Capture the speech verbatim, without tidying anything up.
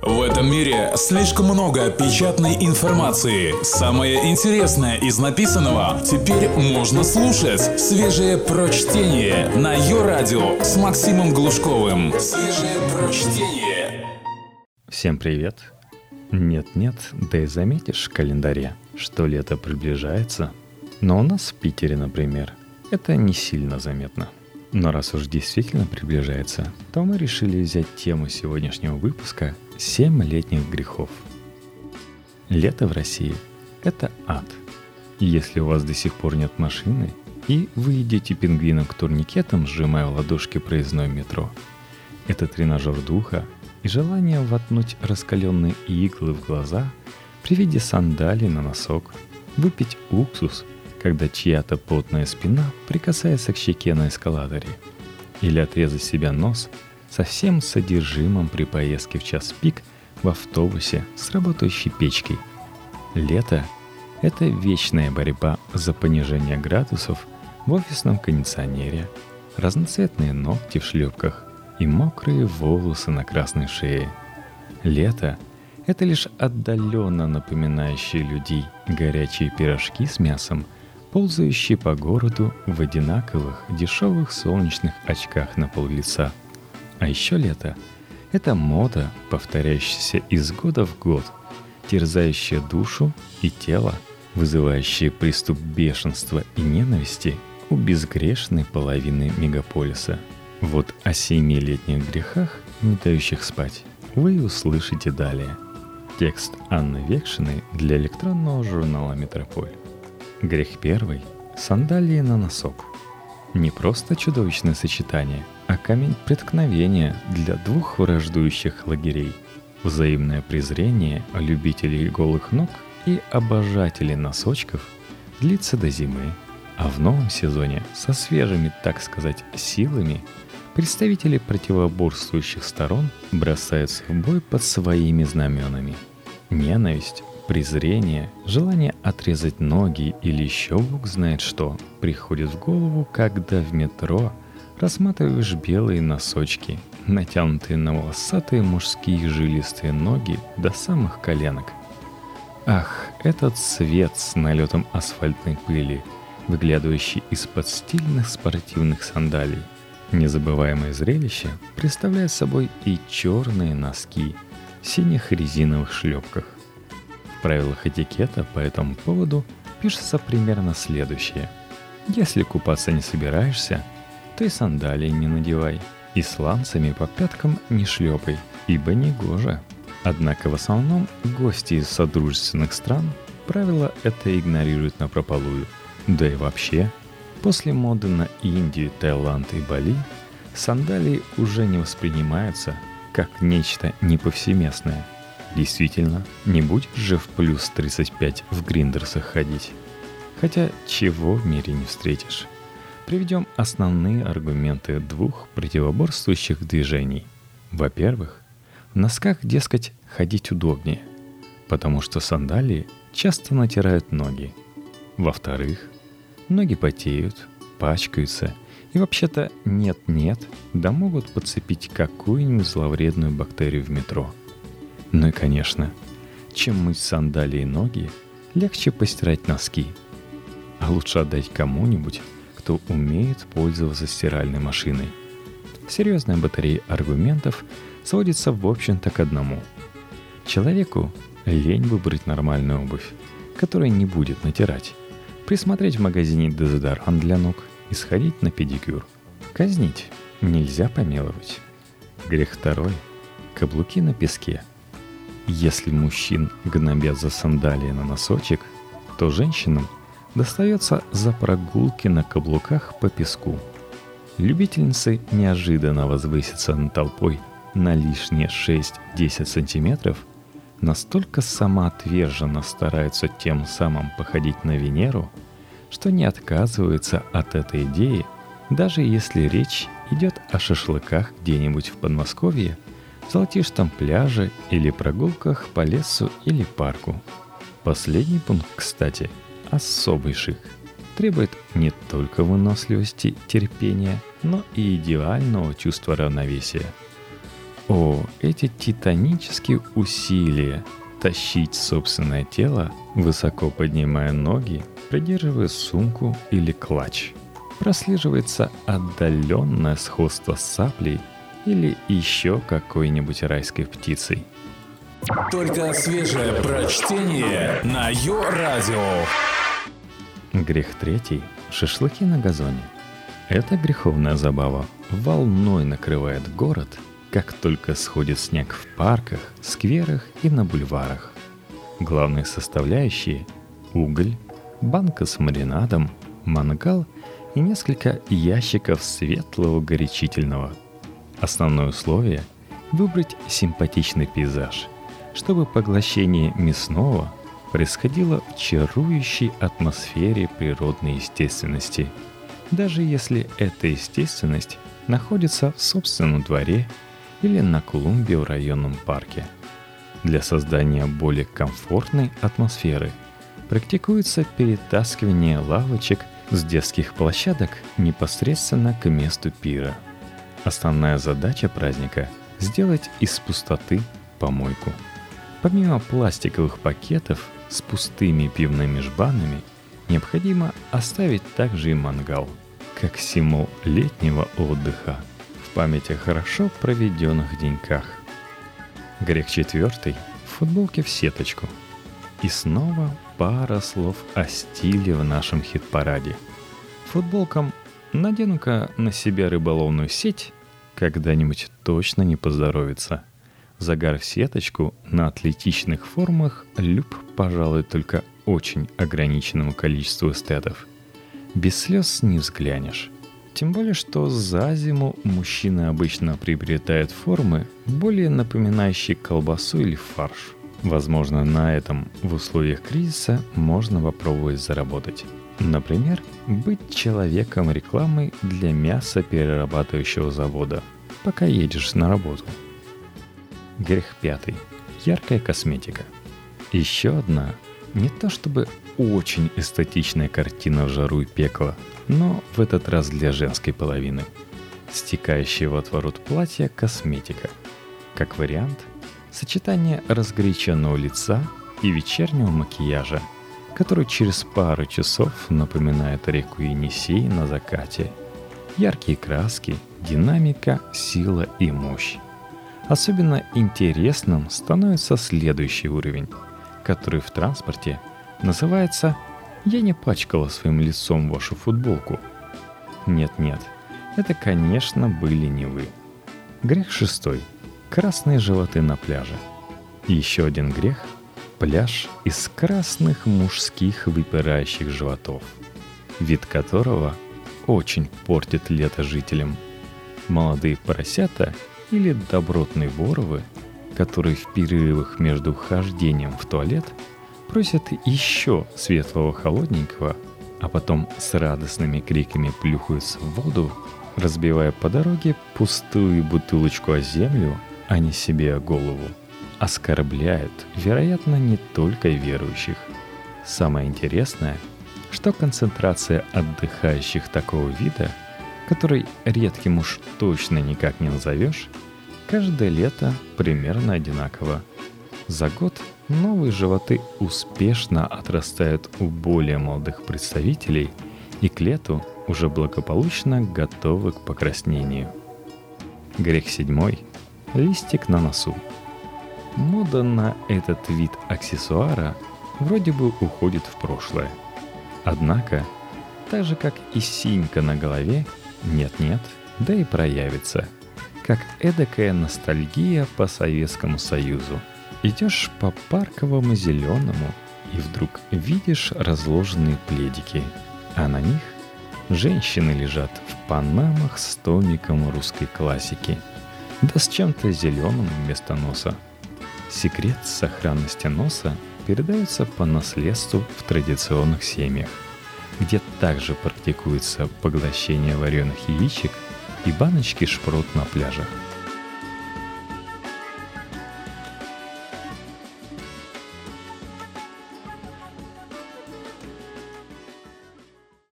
В этом мире слишком много печатной информации. Самое интересное из написанного теперь можно слушать. Свежее прочтение на Йо-Радио с Максимом Глушковым. Свежее прочтение. Всем привет. Нет-нет, да и заметишь в календаре, что лето приближается. Но у нас в Питере, например, это не сильно заметно. Но раз уж действительно приближается, то мы решили взять тему сегодняшнего выпуска «семь летних грехов». Лето в России – это ад. И если у вас до сих пор нет машины, и вы идете пингвином к турникетам, сжимая в ладошки проездное метро, это тренажер духа и желание воткнуть раскаленные иглы в глаза при виде сандалий на носок, выпить уксус, когда чья-то потная спина прикасается к щеке на эскалаторе, или отрезать себе нос со всем содержимым при поездке в час пик в автобусе с работающей печкой. Лето – это вечная борьба за понижение градусов в офисном кондиционере, разноцветные ногти в шлепках и мокрые волосы на красной шее. Лето – это лишь отдаленно напоминающие людей горячие пирожки с мясом, ползающие по городу в одинаковых дешевых солнечных очках на пол-лица. А еще лето – это мода, повторяющаяся из года в год, терзающая душу и тело, вызывающая приступ бешенства и ненависти у безгрешной половины мегаполиса. Вот о семи летних грехах, не дающих спать, вы услышите далее. Текст Анны Векшиной для электронного журнала «Метрополь». Грех первый – сандалии на носок. Не просто чудовищное сочетание, а камень преткновения для двух враждующих лагерей. Взаимное презрение любителей голых ног и обожателей носочков длится до зимы, а в новом сезоне со свежими, так сказать, силами представители противоборствующих сторон бросаются в бой под своими знаменами. Ненависть, презрение, желание отрезать ноги или еще бог знает что приходит в голову, когда в метро рассматриваешь белые носочки, натянутые на волосатые мужские жилистые ноги до самых коленок. Ах, этот свет с налетом асфальтной пыли, выглядывающий из-под стильных спортивных сандалий. Незабываемое зрелище представляет собой и черные носки в синих резиновых шлепках. В правилах этикета по этому поводу пишется примерно следующее. Если купаться не собираешься, то и сандалии не надевай, и сланцами по пяткам не шлепай, ибо негоже. Однако в основном гости из содружественных стран правило это игнорируют напропалую. Да и вообще, после моды на Индию, Таиланд и Бали, сандалии уже не воспринимаются как нечто неповсеместное. Действительно, не будешь же в плюс тридцать пять в гриндерсах ходить. Хотя чего в мире не встретишь. Приведем основные аргументы двух противоборствующих движений. Во-первых, в носках, дескать, ходить удобнее, потому что сандалии часто натирают ноги. Во-вторых, ноги потеют, пачкаются и вообще-то нет-нет, да могут подцепить какую-нибудь зловредную бактерию в метро. Ну и, конечно, чем мыть сандалии и ноги, легче постирать носки. А лучше отдать кому-нибудь, кто умеет пользоваться стиральной машиной. Серьезная батарея аргументов сводится в общем-то к одному. Человеку лень выбрать нормальную обувь, которая не будет натирать, присмотреть в магазине дезодорант для ног и сходить на педикюр. Казнить нельзя помиловать. Грех второй – каблуки на песке. Если мужчин гнобят за сандалии на носочек, то женщинам достается за прогулки на каблуках по песку. Любительницы неожиданно возвыситься над толпой на лишние шесть-десять сантиметров настолько самоотверженно стараются тем самым походить на Венеру, что не отказываются от этой идеи, даже если речь идет о шашлыках где-нибудь в Подмосковье, золотистом пляже или прогулках по лесу или парку. Последний пункт, кстати, особый шик. Требует не только выносливости, терпения, но и идеального чувства равновесия. О, эти титанические усилия тащить собственное тело, высоко поднимая ноги, придерживая сумку или клатч. Прослеживается отдаленное сходство с саплей или еще какой-нибудь райской птицей. Только свежее прочтение на Йо-Радио. Грех третий – шашлыки на газоне. Эта греховная забава волной накрывает город, как только сходит снег в парках, скверах и на бульварах. Главные составляющие – уголь, банка с маринадом, мангал и несколько ящиков светлого горячительного. Основное условие – выбрать симпатичный пейзаж, чтобы поглощение мясного происходило в чарующей атмосфере природной естественности, даже если эта естественность находится в собственном дворе или на клумбе в районном парке. Для создания более комфортной атмосферы практикуется перетаскивание лавочек с детских площадок непосредственно к месту пира. Основная задача праздника – сделать из пустоты помойку. Помимо пластиковых пакетов с пустыми пивными жбанами, необходимо оставить также и мангал, как символ летнего отдыха в память о хорошо проведенных деньках. Грех четвертый – в футболке в сеточку. И снова пара слов о стиле в нашем хит-параде. Футболкам надену-ка на себя рыболовную сеть, когда-нибудь точно не поздоровится. Загар в сеточку на атлетичных формах люб, пожалуй, только очень ограниченному количеству эстетов. Без слез не взглянешь. Тем более, что за зиму мужчины обычно приобретают формы, более напоминающие колбасу или фарш. Возможно, на этом в условиях кризиса можно попробовать заработать. Например, быть человеком рекламы для мясоперерабатывающего завода, пока едешь на работу. Грех пятый. Яркая косметика. Еще одна, не то чтобы очень эстетичная картина в жару и пекло, но в этот раз для женской половины. Стекающая в отворот платья косметика. Как вариант, сочетание разгоряченного лица и вечернего макияжа, который через пару часов напоминает реку Енисей на закате. Яркие краски, динамика, сила и мощь. Особенно интересным становится следующий уровень, который в транспорте называется «Я не пачкала своим лицом вашу футболку». Нет-нет, это, конечно, были не вы. Грех шестой. Красные животы на пляже. И еще один грех – пляж из красных мужских выпирающих животов, вид которого очень портит лето жителям. Молодые поросята или добротные воровы, которые в перерывах между хождением в туалет просят еще светлого холодненького, а потом с радостными криками плюхаются в воду, разбивая по дороге пустую бутылочку о землю, а не себе о голову, оскорбляют, вероятно, не только верующих. Самое интересное, что концентрация отдыхающих такого вида, который редким уж точно никак не назовешь, каждое лето примерно одинаково. За год новые животы успешно отрастают у более молодых представителей и к лету уже благополучно готовы к покраснению. Грех седьмой. Листик на носу. Мода на этот вид аксессуара вроде бы уходит в прошлое. Однако, так же как и синька на голове, нет-нет, да и проявится, как эдакая ностальгия по Советскому Союзу. Идешь по парковому зеленому и вдруг видишь разложенные пледики, а на них женщины лежат в панамах с томиком русской классики, да с чем-то зеленым вместо носа. Секрет сохранности носа передается по наследству в традиционных семьях, где также практикуется поглощение вареных яичек и баночки шпрот на пляжах.